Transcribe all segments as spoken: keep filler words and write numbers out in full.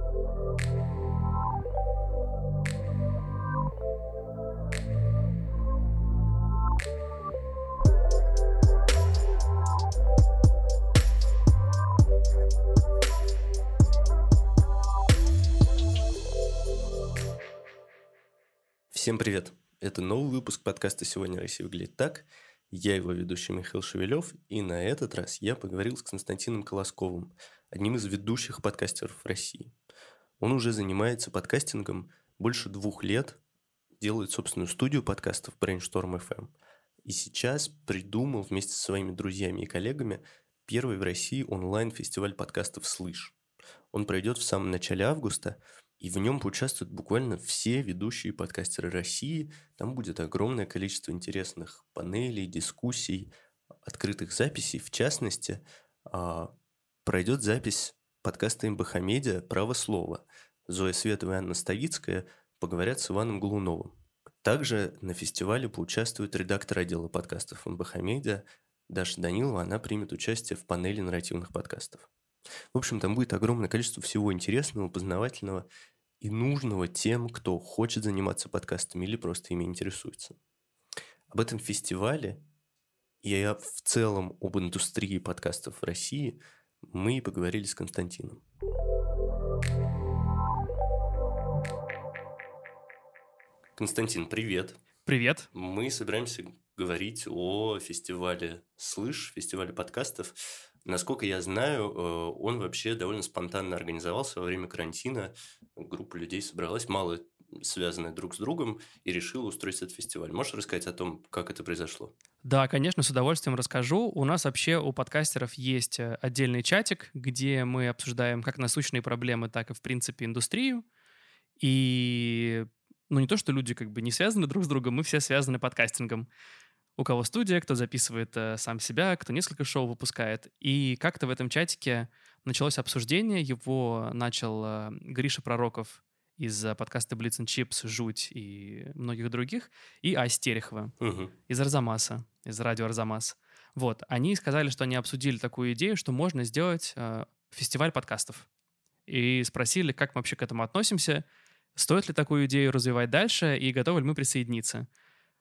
Всем привет! Это новый выпуск подкаста «Сегодня Россия выглядит так». Я его ведущий Михаил Шевелев, и на этот раз я поговорил с Константином Колосковым, одним из ведущих подкастеров в России. Он уже занимается подкастингом больше двух лет, делает собственную студию подкастов Brainstorm эф эм, и сейчас придумал вместе со своими друзьями и коллегами первый в России онлайн-фестиваль подкастов «Слышь». Он пройдет в самом начале августа, и в нем поучаствуют буквально все ведущие подкастеры России. Там будет огромное количество интересных панелей, дискуссий, открытых записей. В частности, пройдет запись подкаста МБХ Медиа «Право слова». Зоя Светова и Анна Ставицкая поговорят с Иваном Голуновым. Также на фестивале поучаствует редактор отдела подкастов МБХ Медиа Даша Данилова. Она примет участие в панели нарративных подкастов. В общем, там будет огромное количество всего интересного, познавательного и нужного тем, кто хочет заниматься подкастами или просто ими интересуется. Об этом фестивале и в целом об индустрии подкастов в России мы и поговорили с Константином. Константин, привет. Привет. Мы собираемся говорить о фестивале «Слышь», фестивале подкастов. Насколько я знаю, он вообще довольно спонтанно организовался во время карантина. Группа людей собралась, мало связанная друг с другом, и решила устроить этот фестиваль. Можешь рассказать о том, как это произошло? Да, конечно, с удовольствием расскажу. У нас вообще у подкастеров есть отдельный чатик, где мы обсуждаем как насущные проблемы, так и, в принципе, индустрию. И, ну, не то, что люди как бы не связаны друг с другом, мы все связаны подкастингом. У кого студия, кто записывает э, сам себя, кто несколько шоу выпускает. И как-то в этом чатике началось обсуждение. Его начал э, Гриша Пророков из э, подкаста Blitz and Chips, Жуть и многих других, и Ася Терехова угу. из Арзамаса, из радио Арзамас. Вот. Они сказали, что они обсудили такую идею, что можно сделать э, фестиваль подкастов. И спросили, как мы вообще к этому относимся, стоит ли такую идею развивать дальше и готовы ли мы присоединиться.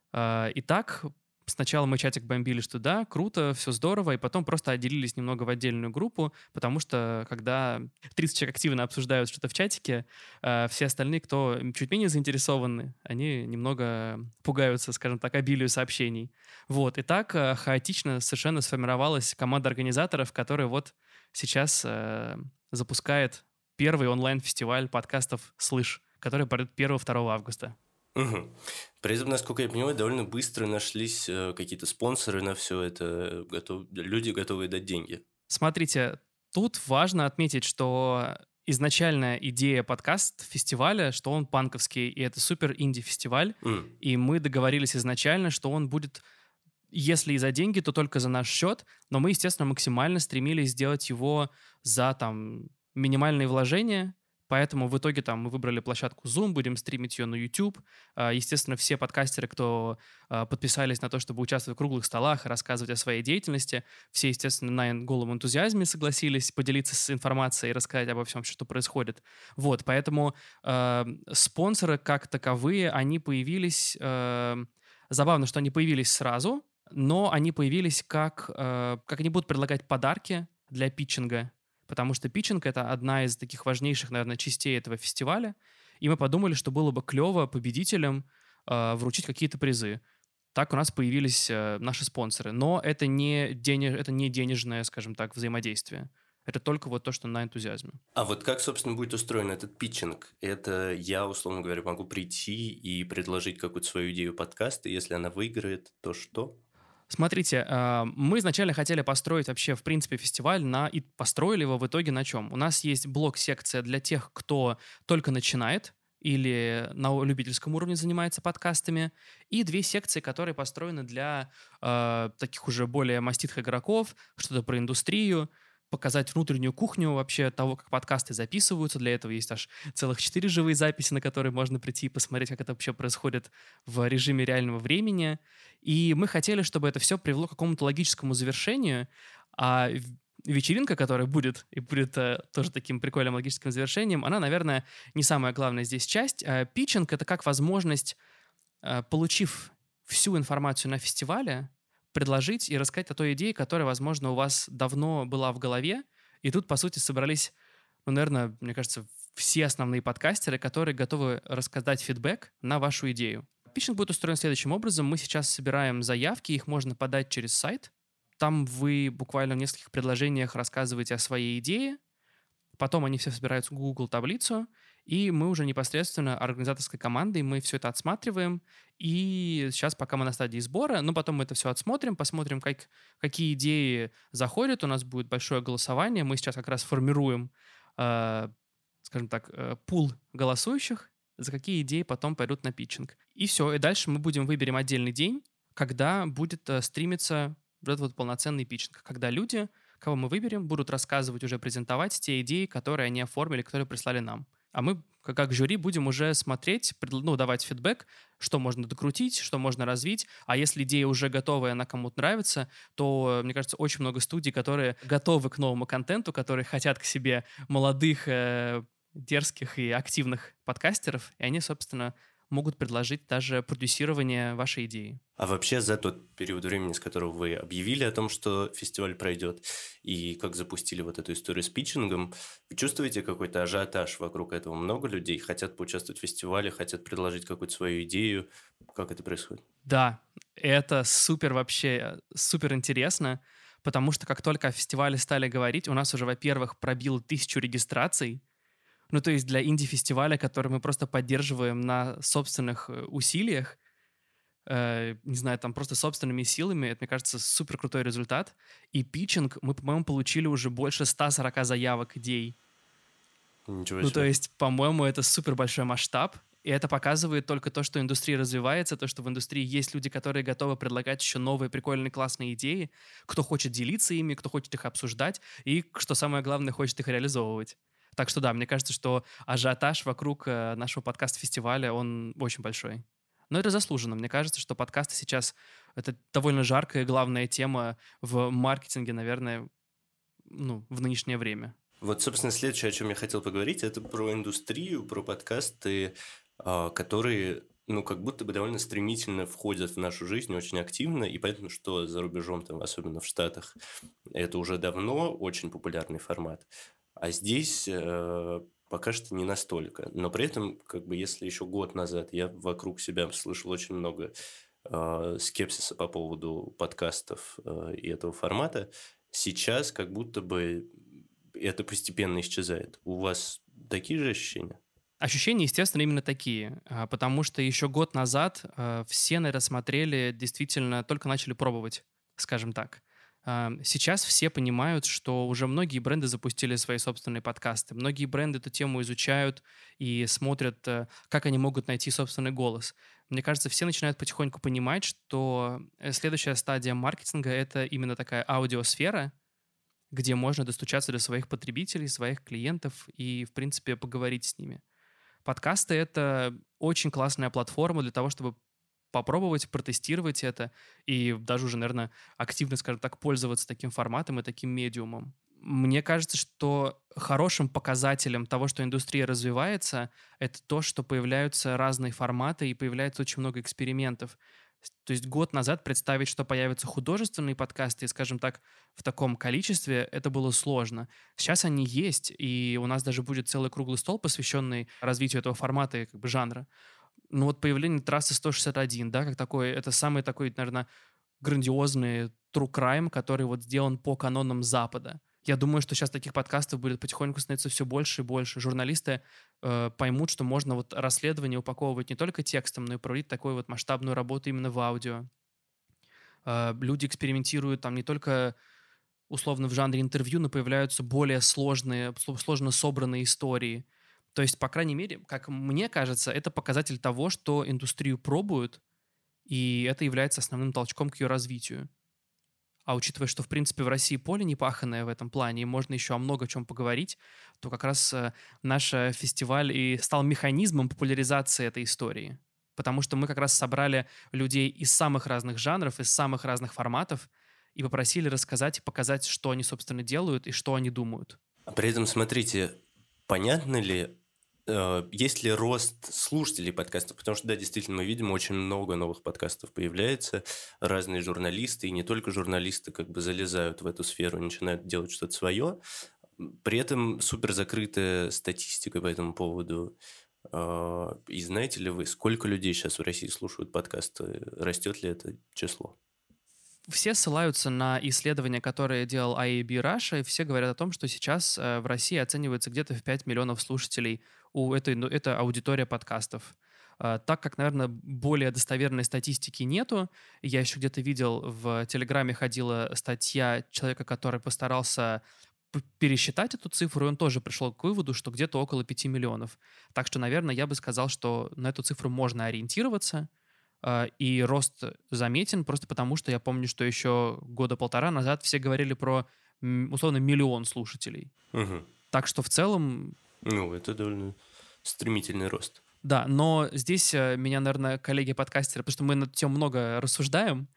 Э, итак, сначала мы чатик бомбили, что да, круто, все здорово, и потом просто отделились немного в отдельную группу, потому что когда тридцать человек активно обсуждают что-то в чатике, э, все остальные, кто чуть менее заинтересованы, они немного пугаются, скажем так, обилию сообщений. Вот, и так э, хаотично совершенно сформировалась команда организаторов, которая вот сейчас э, запускает первый онлайн-фестиваль подкастов «Слышь», который пройдет первого-второго августа. Угу. При этом, насколько я понимаю, довольно быстро нашлись э, какие-то спонсоры на все это, готов... люди, готовые дать деньги. Смотрите, тут важно отметить, что изначальная идея подкаст-фестиваля, что он панковский, и это супер инди-фестиваль, Mm. и мы договорились изначально, что он будет, если и за деньги, то только за наш счет, но мы, естественно, максимально стремились сделать его за там минимальные вложения. Поэтому в итоге там мы выбрали площадку Zoom, будем стримить ее на YouTube. Естественно, все подкастеры, кто подписались на то, чтобы участвовать в круглых столах и рассказывать о своей деятельности, все, естественно, на голом энтузиазме согласились поделиться с информацией и рассказать обо всем, что происходит. Вот, поэтому э, спонсоры как таковые, они появились... Э, забавно, что они появились сразу, но они появились как... Э, как они будут предлагать подарки для питчинга. Потому что питчинг — это одна из таких важнейших, наверное, частей этого фестиваля. И мы подумали, что было бы клево победителям э, вручить какие-то призы. Так у нас появились э, наши спонсоры. Но это не, денеж... это не денежное, скажем так, взаимодействие. Это только вот то, что на энтузиазме. А вот как, собственно, будет устроен этот питчинг? Это я, условно говоря, могу прийти и предложить какую-то свою идею подкаста, и если она выиграет, то что? Смотрите, мы изначально хотели построить вообще, в принципе, фестиваль, на, и построили его в итоге на чем? У нас есть блок-секция для тех, кто только начинает или на любительском уровне занимается подкастами, и две секции, которые построены для э, таких уже более маститых игроков, что-то про индустрию, показать внутреннюю кухню вообще того, как подкасты записываются. Для этого есть аж целых четыре живые записи, на которые можно прийти и посмотреть, как это вообще происходит в режиме реального времени. И мы хотели, чтобы это все привело к какому-то логическому завершению. А вечеринка, которая будет, и будет э, тоже таким прикольным логическим завершением, она, наверное, не самая главная здесь часть. Э, питчинг — это как возможность, э, получив всю информацию на фестивале, предложить и рассказать о той идее, которая, возможно, у вас давно была в голове. И тут, по сути, собрались, ну, наверное, мне кажется, все основные подкастеры, которые готовы рассказать фидбэк на вашу идею. Питчинг будет устроен следующим образом. Мы сейчас собираем заявки, их можно подать через сайт. Там вы буквально в нескольких предложениях рассказываете о своей идее. Потом они все собираются в Google таблицу, и мы уже непосредственно организаторской командой мы все это отсматриваем. И сейчас пока мы на стадии сбора, но потом мы это все отсмотрим, посмотрим, как, какие идеи заходят. У нас будет большое голосование. Мы сейчас как раз формируем, э, скажем так, э, пул голосующих, за какие идеи потом пойдут на питчинг. И все. И дальше мы будем выберем отдельный день, когда будет э, стримиться вот этот вот полноценный питчинг, когда люди, кого мы выберем, будут рассказывать, уже презентовать те идеи, которые они оформили, которые прислали нам. А мы, как, как жюри, будем уже смотреть, предл- ну, давать фидбэк, что можно докрутить, что можно развить. А если идея уже готовая, она кому-то нравится, то, мне кажется, очень много студий, которые готовы к новому контенту, которые хотят к себе молодых, э, дерзких и активных подкастеров, и они, собственно, могут предложить даже продюсирование вашей идеи. А вообще за тот период времени, с которого вы объявили о том, что фестиваль пройдет, и как запустили вот эту историю с питчингом, вы чувствуете какой-то ажиотаж вокруг этого? Много людей хотят поучаствовать в фестивале, хотят предложить какую-то свою идею? Как это происходит? Да, это супер вообще, супер интересно, потому что как только о фестивале стали говорить, у нас уже, во-первых, пробило тысячу регистраций. Ну, то есть для инди-фестиваля, который мы просто поддерживаем на собственных э, усилиях, э, не знаю, там просто собственными силами, это, мне кажется, супер крутой результат. И питчинг, мы, по-моему, получили уже больше ста сорока заявок, идей. Ничего Ну, себе. то есть, по-моему, это супер большой масштаб. И это показывает только то, что индустрия развивается, то, что в индустрии есть люди, которые готовы предлагать еще новые, прикольные, классные идеи, кто хочет делиться ими, кто хочет их обсуждать, и, что самое главное, хочет их реализовывать. Так что да, мне кажется, что ажиотаж вокруг э, нашего подкаст-фестиваля, он очень большой. Но это заслуженно. Мне кажется, что подкасты сейчас — это довольно жаркая и главная тема в маркетинге, наверное, ну, в нынешнее время. Вот, собственно, следующее, о чем я хотел поговорить, это про индустрию, про подкасты, а, которые, ну, как будто бы довольно стремительно входят в нашу жизнь, очень активно, и понятно, что за рубежом, там, особенно в Штатах, это уже давно очень популярный формат. А здесь э, пока что не настолько. Но при этом, как бы, если еще год назад я вокруг себя слышал очень много э, скепсиса по поводу подкастов э, и этого формата, сейчас как будто бы это постепенно исчезает. У вас такие же ощущения? Ощущения, естественно, именно такие, а, потому что еще год назад а, все, наверное, смотрели, действительно, только начали пробовать, скажем так. А, Сейчас все понимают, что уже многие бренды запустили свои собственные подкасты. Многие бренды эту тему изучают и смотрят, э, как они могут найти собственный голос. Мне кажется, все начинают потихоньку понимать, что э, следующая стадия маркетинга — это именно такая аудиосфера, где можно достучаться до своих потребителей, своих клиентов и, в принципе, поговорить с ними. Подкасты — это очень классная платформа для того, чтобы попробовать, протестировать это и даже уже, наверное, активно, скажем так, пользоваться таким форматом и таким медиумом. Мне кажется, что хорошим показателем того, что индустрия развивается, это то, что появляются разные форматы и появляется очень много экспериментов. То есть год назад представить, что появятся художественные подкасты, скажем так, в таком количестве, это было сложно. Сейчас они есть, и у нас даже будет целый круглый стол, посвященный развитию этого формата и как бы жанра. Ну вот появление трассы сто шестьдесят один, да, как такой, это самый такой, наверное, грандиозный true crime, который вот сделан по канонам Запада. Я думаю, что сейчас таких подкастов будет потихоньку становиться все больше и больше. Журналисты э, поймут, что можно вот расследование упаковывать не только текстом, но и проводить такую вот масштабную работу именно в аудио. Э, люди экспериментируют там не только условно в жанре интервью, но появляются более сложные, сложно собранные истории. То есть, по крайней мере, как мне кажется, это показатель того, что индустрию пробуют, и это является основным толчком к ее развитию. А учитывая, что, в принципе, в России поле непаханное в этом плане, и можно еще о много чем поговорить, то как раз э, наш э, фестиваль и стал механизмом популяризации этой истории. Потому что мы как раз собрали людей из самых разных жанров, из самых разных форматов, и попросили рассказать и показать, что они, собственно, делают и что они думают. А при этом, смотрите, понятно ли, э, есть ли рост слушателей подкастов? Потому что, да, действительно, мы видим, очень много новых подкастов появляется, разные журналисты, и не только журналисты как бы залезают в эту сферу, начинают делать что-то свое. При этом супер закрытая статистика по этому поводу. Э, И знаете ли вы, сколько людей сейчас в России слушают подкасты? Растет ли это число? Все ссылаются на исследования, которые делал ай эй би Russia, и все говорят о том, что сейчас э, в России оценивается где-то в пять миллионов слушателей у этой, ну, это аудитория подкастов. Э, так как, наверное, более достоверной статистики нету, я еще где-то видел, в Телеграме ходила статья человека, который постарался п- пересчитать эту цифру, и он тоже пришел к выводу, что где-то около пяти миллионов. Так что, наверное, я бы сказал, что на эту цифру можно ориентироваться. А, И рост заметен просто потому, что я помню, что еще года полтора назад все говорили про, м, условно, миллион слушателей. Мгм. Так что в целом, Ну, это довольно стремительный рост. да, но здесь э, меня, наверное, коллеги-подкастеры, потому что мы над тем много рассуждаем,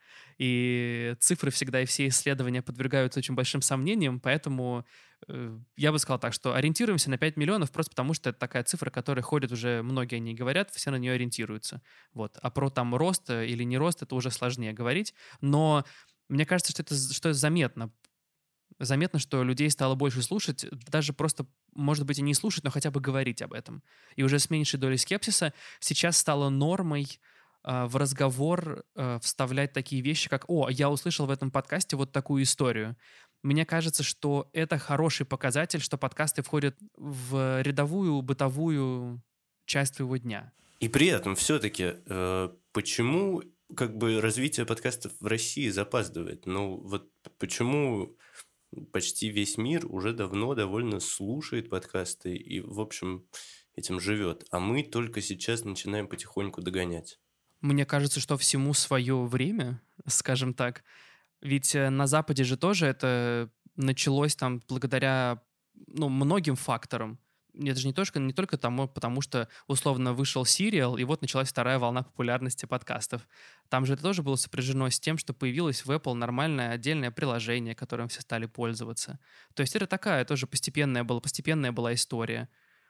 и цифры всегда и все исследования подвергаются очень большим сомнениям, поэтому э, я бы сказал так, что ориентируемся на пять миллионов просто потому, что это такая цифра, которая ходит уже, многие о ней говорят, все на нее ориентируются. Вот. А про там рост э, или не рост, это уже сложнее говорить, но мне кажется, что это, з- что это заметно. Заметно, что людей стало больше слушать, даже просто, может быть, и не слушать, но хотя бы говорить об этом. И уже с меньшей долей скепсиса сейчас стало нормой а, в разговор а, вставлять такие вещи, как «О, я услышал в этом подкасте вот такую историю». Мне кажется, что это хороший показатель, что подкасты входят в рядовую бытовую часть твоего дня. И при этом все-таки почему как бы развитие подкастов в России запаздывает? Ну вот почему почти весь мир уже давно довольно слушает подкасты и, в общем, этим живет, а мы только сейчас начинаем потихоньку догонять. Мне кажется, что всему свое время, скажем так. Ведь э, на Западе же тоже это началось там благодаря, ну, многим факторам. Это же не только, не только тому, потому что условно вышел сериал, и вот началась вторая волна популярности подкастов. Там же это тоже было сопряжено с тем, что появилось в Apple нормальное отдельное приложение, которым все стали пользоваться. То есть это такая тоже постепенная была, постепенная была история.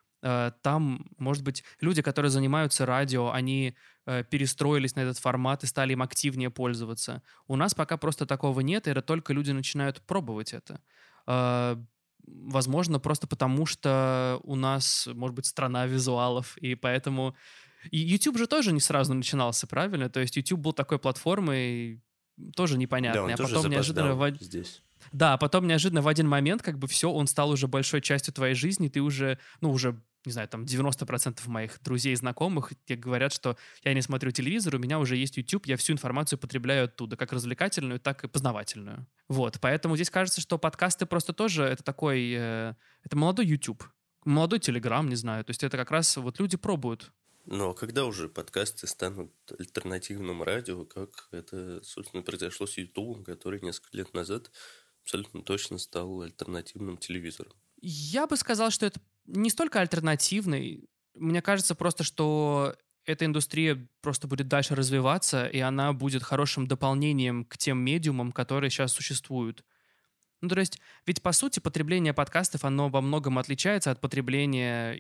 Э, Там, может быть, люди, которые занимаются радио, они э, перестроились на этот формат и стали им активнее пользоваться. У нас пока просто такого нет, и это только люди начинают пробовать это. Э, Возможно, просто потому, что у нас, может быть, страна визуалов, и поэтому... И YouTube же тоже не сразу начинался, правильно? То есть YouTube был такой платформой тоже Да, непонятной, он а тоже потом неожиданно... запоздал в- здесь. Да, а потом неожиданно в один момент как бы все, он стал уже большой частью твоей жизни, ты уже, ну, уже, не знаю, там девяносто процентов моих друзей и знакомых те говорят, что я не смотрю телевизор, у меня уже есть YouTube, я всю информацию потребляю оттуда, как развлекательную, так и познавательную. Вот, поэтому здесь кажется, что подкасты просто тоже это такой, э, это молодой YouTube, молодой Telegram, не знаю, то есть это как раз вот люди пробуют. Но когда уже подкасты станут альтернативным радио, как это, собственно, произошло с Ютубом, который несколько лет назад абсолютно точно стал альтернативным телевизором. Я бы сказал, что это не столько альтернативный. Мне кажется просто, что эта индустрия просто будет дальше развиваться, и она будет хорошим дополнением к тем медиумам, которые сейчас существуют. Ну, то есть, ведь по сути потребление подкастов, оно во многом отличается от потребления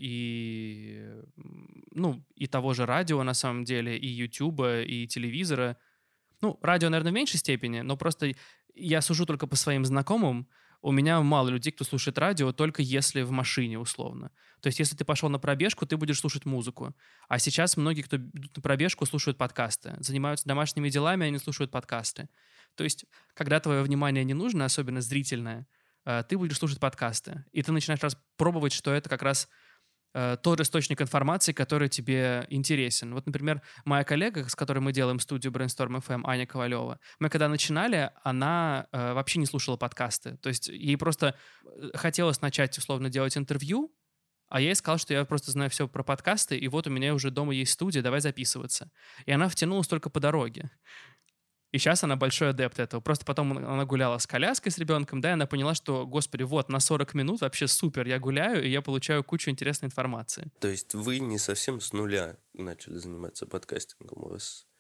и, м, ну, и того же радио, на самом деле, и Ютуба, и телевизора. Ну, радио, наверное, в меньшей степени, но просто я сужу только по своим знакомым. У меня мало людей, кто слушает радио, только если в машине, условно. То есть, если ты пошел на пробежку, ты будешь слушать музыку. А сейчас многие, кто идут на пробежку, слушают подкасты. Занимаются домашними делами, они слушают подкасты. То есть, когда твое внимание не нужно, особенно зрительное, э, ты будешь слушать подкасты. И ты начинаешь раз пробовать, что это как раз э, тот источник информации, который тебе интересен. Вот, например, моя коллега, с которой мы делаем студию Brainstorm эф эм, Аня Ковалева, мы когда начинали, она э, вообще не слушала подкасты. То есть ей просто э, хотелось начать, условно, делать интервью, а я ей сказал, что я просто знаю все про подкасты, и вот у меня уже дома есть студия, давай записываться. И она втянулась только по дороге. И сейчас она большой адепт этого. Просто потом она гуляла с коляской, с ребенком, да, и она поняла, что, господи, вот, на сорок минут вообще супер, я гуляю, и я получаю кучу интересной информации. То есть вы не совсем с нуля начали заниматься подкастингом, у вас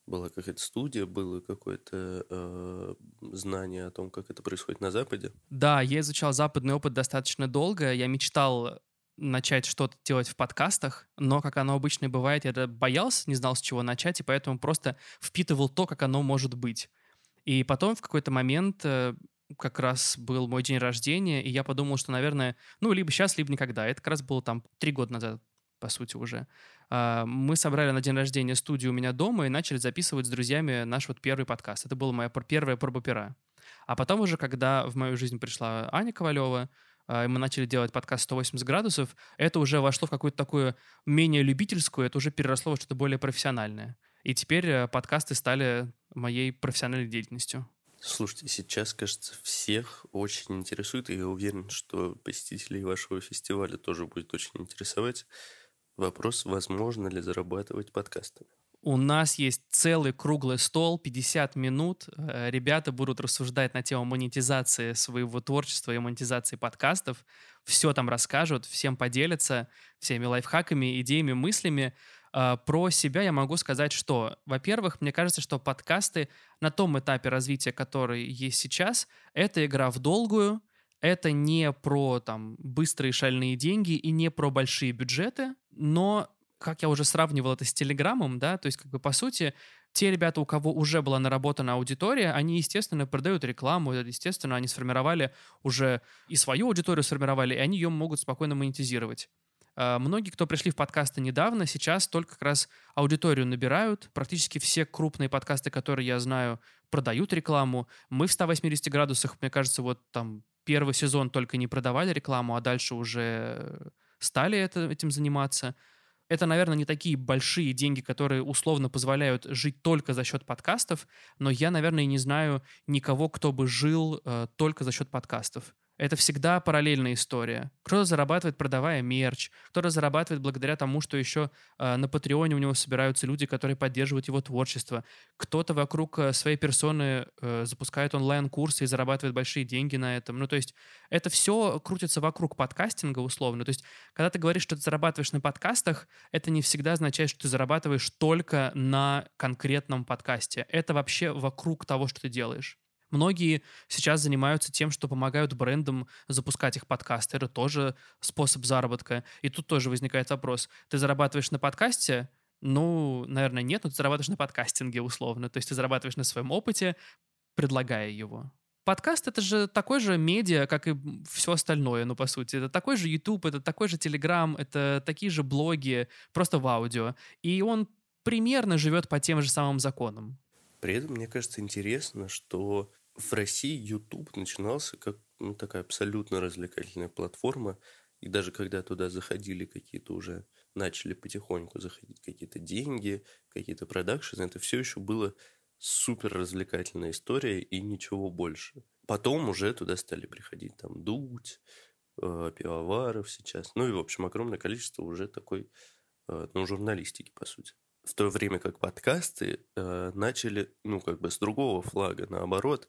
Была какая-то студия, было какое-то э, знание о том, как это происходит на Западе? Да, я изучал западный опыт достаточно долго. Я мечтал начать что-то делать в подкастах, но, как оно обычно и бывает, я да- боялся, не знал, с чего начать, и поэтому просто впитывал то, как оно может быть. И потом в какой-то момент э, как раз был мой день рождения, и я подумал, что, наверное, ну, либо сейчас, либо никогда. Это как раз было там три года назад, по сути, уже. А, Мы собрали на день рождения студию у меня дома и начали записывать с друзьями наш вот первый подкаст. Это была моя пр- первая проба пера. А потом уже, когда в мою жизнь пришла Аня Ковалева, а, и мы начали делать подкаст сто восемьдесят градусов, это уже вошло в какую-то такую менее любительскую, это уже переросло во что-то более профессиональное. И теперь э, подкасты стали моей профессиональной деятельностью. Слушайте, сейчас, кажется, всех очень интересует, и я уверен, что посетителей вашего фестиваля тоже будет очень интересовать вопрос, возможно ли зарабатывать подкастами. У нас есть целый круглый стол, пятьдесят минут. Э, Ребята будут рассуждать на тему монетизации своего творчества и монетизации подкастов. Все там расскажут, всем поделятся, всеми лайфхаками, идеями, мыслями. А, Про себя я могу сказать, что, во-первых, мне кажется, что подкасты на том этапе развития, который есть сейчас, это игра в долгую, это не про там быстрые шальные деньги и не про большие бюджеты, но как я уже сравнивал это с Телеграмом, да, то есть как бы по сути те ребята, у кого уже была наработана аудитория, они, естественно, продают рекламу, э, естественно, они сформировали уже и свою аудиторию сформировали, и они ее могут спокойно монетизировать. А, Многие, кто пришли в подкасты недавно, сейчас только как раз аудиторию набирают. Практически все крупные подкасты, которые я знаю, продают рекламу. Мы в ста восьмидесяти градусах, мне кажется, вот там первый сезон только не продавали рекламу, а дальше уже стали это, этим заниматься. Это, наверное, не такие большие деньги, которые условно позволяют жить только за счет подкастов, но я, наверное, и не знаю никого, кто бы жил э, только за счет подкастов. Это всегда параллельная история. Кто-то зарабатывает, продавая мерч, кто-то зарабатывает благодаря тому, что еще э, на Патреоне у него собираются люди, которые поддерживают его творчество. Кто-то вокруг э, своей персоны э, запускает онлайн-курсы и зарабатывает большие деньги на этом. Ну, то есть это все крутится вокруг подкастинга условно. То есть когда ты говоришь, что ты зарабатываешь на подкастах, это не всегда означает, что ты зарабатываешь только на конкретном подкасте. Это вообще вокруг того, что ты делаешь. Многие сейчас занимаются тем, что помогают брендам запускать их подкасты. Это тоже способ заработка. И тут тоже возникает вопрос. Ты зарабатываешь на подкасте? Ну, наверное, нет, но ты зарабатываешь на подкастинге условно. То есть ты зарабатываешь на своем опыте, предлагая его. Подкаст — это же такой же медиа, как и все остальное, ну, по сути. Это такой же YouTube, это такой же Telegram, это такие же блоги, просто в аудио. И он примерно живет по тем же самым законам. При этом, мне кажется, интересно, что в России YouTube начинался как ну, такая абсолютно развлекательная платформа, и даже когда туда заходили какие-то уже, начали потихоньку заходить какие-то деньги, какие-то продакшены, это все еще было супер развлекательная история и ничего больше. Потом уже туда стали приходить там Дудь, э, Пивоваров сейчас, ну и, в общем, огромное количество уже такой, э, ну, журналистики, по сути. В то время как подкасты э, начали, ну, как бы с другого флага, наоборот,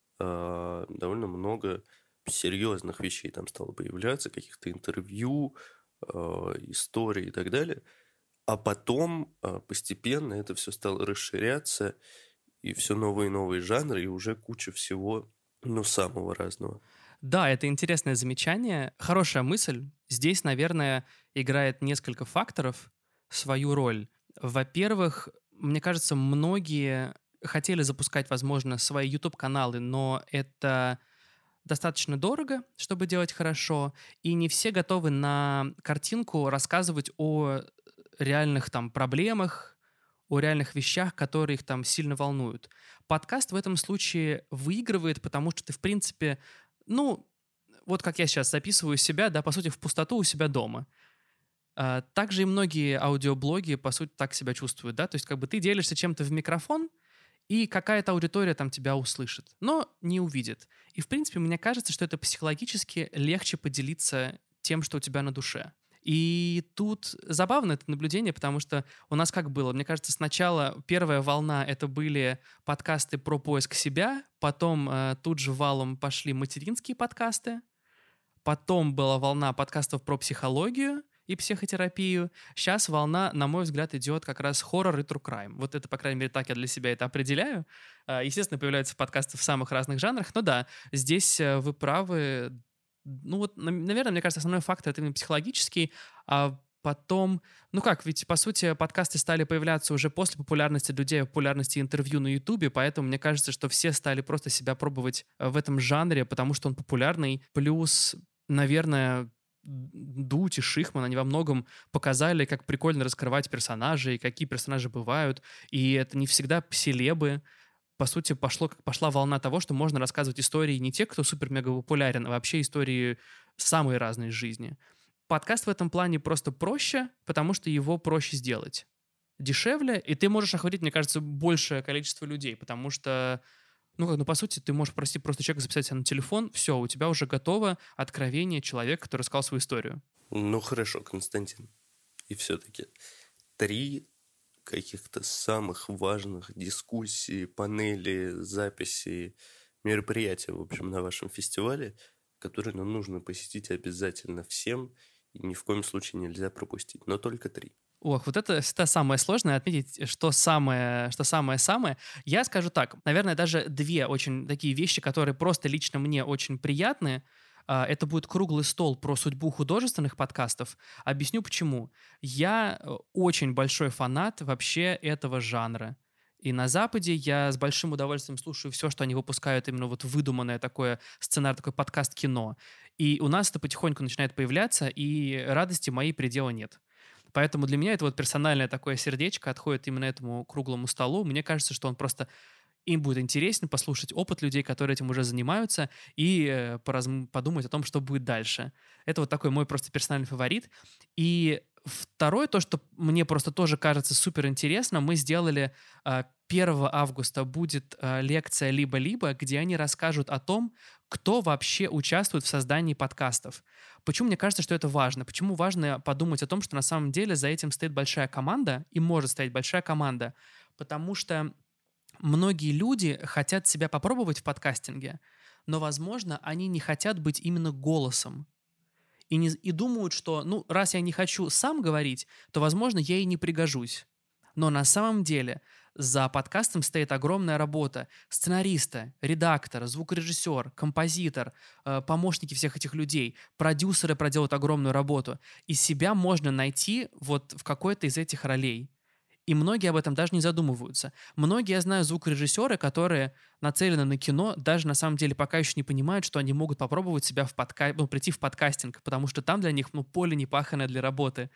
э, довольно много серьезных вещей там стало появляться, каких-то интервью, э, историй и так далее. А потом э, постепенно это все стало расширяться, и все новые и новые жанры, и уже куча всего, ну, самого разного. Да, это интересное замечание. Хорошая мысль. Здесь, наверное, играет несколько факторов свою роль. Во-первых, мне кажется, многие хотели запускать, возможно, свои YouTube-каналы, но это достаточно дорого, чтобы делать хорошо, и не все готовы на картинку рассказывать о реальных там проблемах, о реальных вещах, которые их там сильно волнуют. Подкаст в этом случае выигрывает, потому что ты, в принципе, ну, вот как я сейчас записываю себя, да, по сути, в пустоту у себя дома. А, Также и многие аудиоблоги, по сути, так себя чувствуют, да, то есть как бы ты делишься чем-то в микрофон, и какая-то аудитория там тебя услышит, но не увидит. И, в принципе, мне кажется, что это психологически легче поделиться тем, что у тебя на душе. И тут забавно это наблюдение, потому что у нас как было? Мне кажется, сначала первая волна — это были подкасты про поиск себя, потом э, тут же валом пошли материнские подкасты, потом была волна подкастов про психологию, и психотерапию. Сейчас волна, на мой взгляд, идет как раз хоррор и true crime. Вот это, по крайней мере, так я для себя это определяю. А, Естественно, появляются подкасты в самых разных жанрах, но да, здесь э, вы правы. Ну вот, на- наверное, мне кажется, основной фактор — это именно психологический, а потом, ну как, ведь, по сути, подкасты стали появляться уже после популярности людей, популярности интервью на Ютубе, поэтому мне кажется, что все стали просто себя пробовать э, в этом жанре, потому что он популярный. Плюс, наверное, Дудь и Шихман, они во многом показали, как прикольно раскрывать персонажей, какие персонажи бывают, и это не всегда селебы. По сути, пошло, пошла волна того, что можно рассказывать истории не те, кто супер-мега популярен, а вообще истории самые разные из жизни. Подкаст в этом плане просто проще, потому что его проще сделать. Дешевле, и ты можешь охватить, мне кажется, большее количество людей, потому что, ну, как, ну, по сути, ты можешь просить просто человека записать себя на телефон, все, у тебя уже готово откровение человека, который рассказал свою историю. Ну хорошо, Константин. И все-таки три каких-то самых важных дискуссий, панели, записи, мероприятия, в общем, на вашем фестивале, которые нам нужно посетить обязательно всем, и ни в коем случае нельзя пропустить, но только три. Ох, вот это всегда самое сложное — отметить, что самое, что самое-самое. Я скажу так, наверное, даже две очень такие вещи, которые просто лично мне очень приятны. А, Это будет круглый стол про судьбу художественных подкастов. Объясню почему. Я э, очень большой фанат вообще этого жанра. И на Западе я с большим удовольствием слушаю все, что они выпускают, именно вот выдуманное такое сценарий, такой подкаст-кино. И у нас это потихоньку начинает появляться, и радости моей предела нет. Поэтому для меня это вот персональное такое сердечко отходит именно этому круглому столу. Мне кажется, что он просто им будет интересно послушать опыт людей, которые этим уже занимаются, и э, поразм- подумать о том, что будет дальше. Это вот такой мой просто персональный фаворит. И второе, то, что мне просто тоже кажется супер интересно, мы сделали э, первого августа будет э, лекция «Либо-либо», где они расскажут о том, кто вообще участвует в создании подкастов. Почему мне кажется, что это важно? Почему важно подумать о том, что на самом деле за этим стоит большая команда, и может стоять большая команда? Потому что многие люди хотят себя попробовать в подкастинге, но, возможно, они не хотят быть именно голосом. И, не, и думают, что, ну, раз я не хочу сам говорить, то, возможно, я и не пригожусь. Но на самом деле за подкастом стоит огромная работа сценариста, редактора, звукорежиссер, композитор, э, помощники всех этих людей, продюсеры проделают огромную работу. И себя можно найти вот в какой-то из этих ролей. И многие об этом даже не задумываются. Многие, я знаю, звукорежиссеры, которые нацелены на кино, даже на самом деле пока еще не понимают, что они могут попробовать себя в подка... ну, прийти в подкастинг, потому что там для них ну, поле непаханное для работы.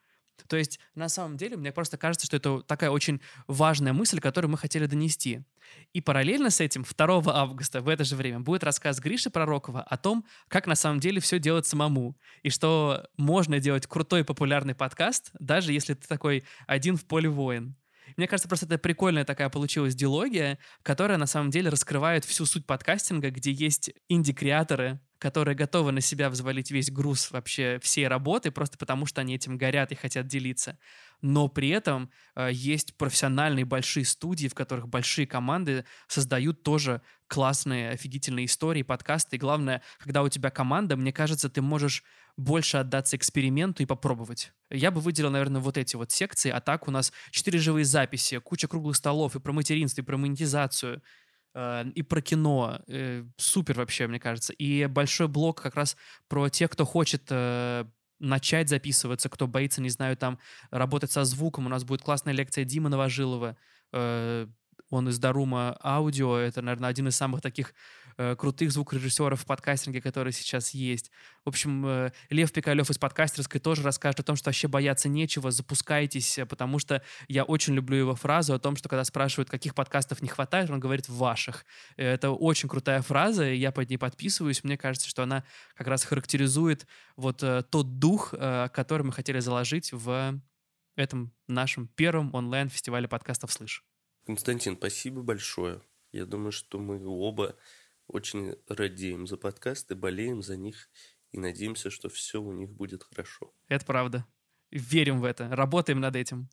То есть, на самом деле, мне просто кажется, что это такая очень важная мысль, которую мы хотели донести. И параллельно с этим второго августа в это же время будет рассказ Гриши Пророкова о том, как на самом деле все делать самому. И что можно делать крутой популярный подкаст, даже если ты такой один в поле воин. Мне кажется, просто это прикольная такая получилась дилогия, которая на самом деле раскрывает всю суть подкастинга, где есть инди-креаторы, которые готовы на себя взвалить весь груз вообще всей работы, просто потому что они этим горят и хотят делиться. Но при этом э, есть профессиональные большие студии, в которых большие команды создают тоже классные, офигительные истории, подкасты. И главное, когда у тебя команда, мне кажется, ты можешь больше отдаться эксперименту и попробовать. Я бы выделил, наверное, вот эти вот секции, а так у нас четыре живые записи, куча круглых столов и про материнство, и про монетизацию, э, и про кино. Э, супер вообще, мне кажется. И большой блок как раз про тех, кто хочет э, начать записываться, кто боится, не знаю, там, работать со звуком. У нас будет классная лекция Димы Новожилова. Э, он из Дарума Аудио. Это, наверное, один из самых таких э, крутых звукорежиссеров в подкастинге, который сейчас есть. В общем, э, Лев Пикалев из подкастерской тоже расскажет о том, что вообще бояться нечего, запускайтесь, потому что я очень люблю его фразу о том, что когда спрашивают, каких подкастов не хватает, он говорит «ваших». Это очень крутая фраза, и я под ней подписываюсь. Мне кажется, что она как раз характеризует вот э, тот дух, э, который мы хотели заложить в этом нашем первом онлайн-фестивале подкастов «Слышь». Константин, спасибо большое. Я думаю, что мы оба очень радеем за подкасты, болеем за них и надеемся, что все у них будет хорошо. Это правда. Верим в это. Работаем над этим.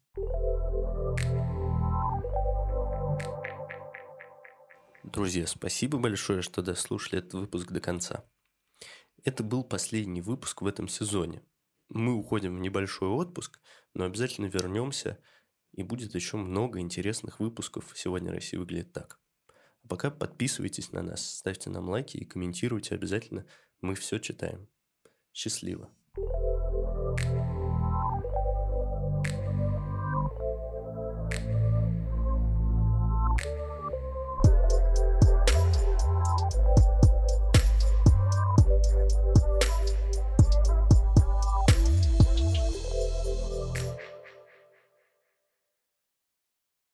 Друзья, спасибо большое, что дослушали этот выпуск до конца. Это был последний выпуск в этом сезоне. мы уходим в небольшой отпуск, но обязательно вернемся, и будет еще много интересных выпусков «Сегодня Россия выглядит так». А пока подписывайтесь на нас, ставьте нам лайки и комментируйте обязательно. Мы все читаем. Счастливо.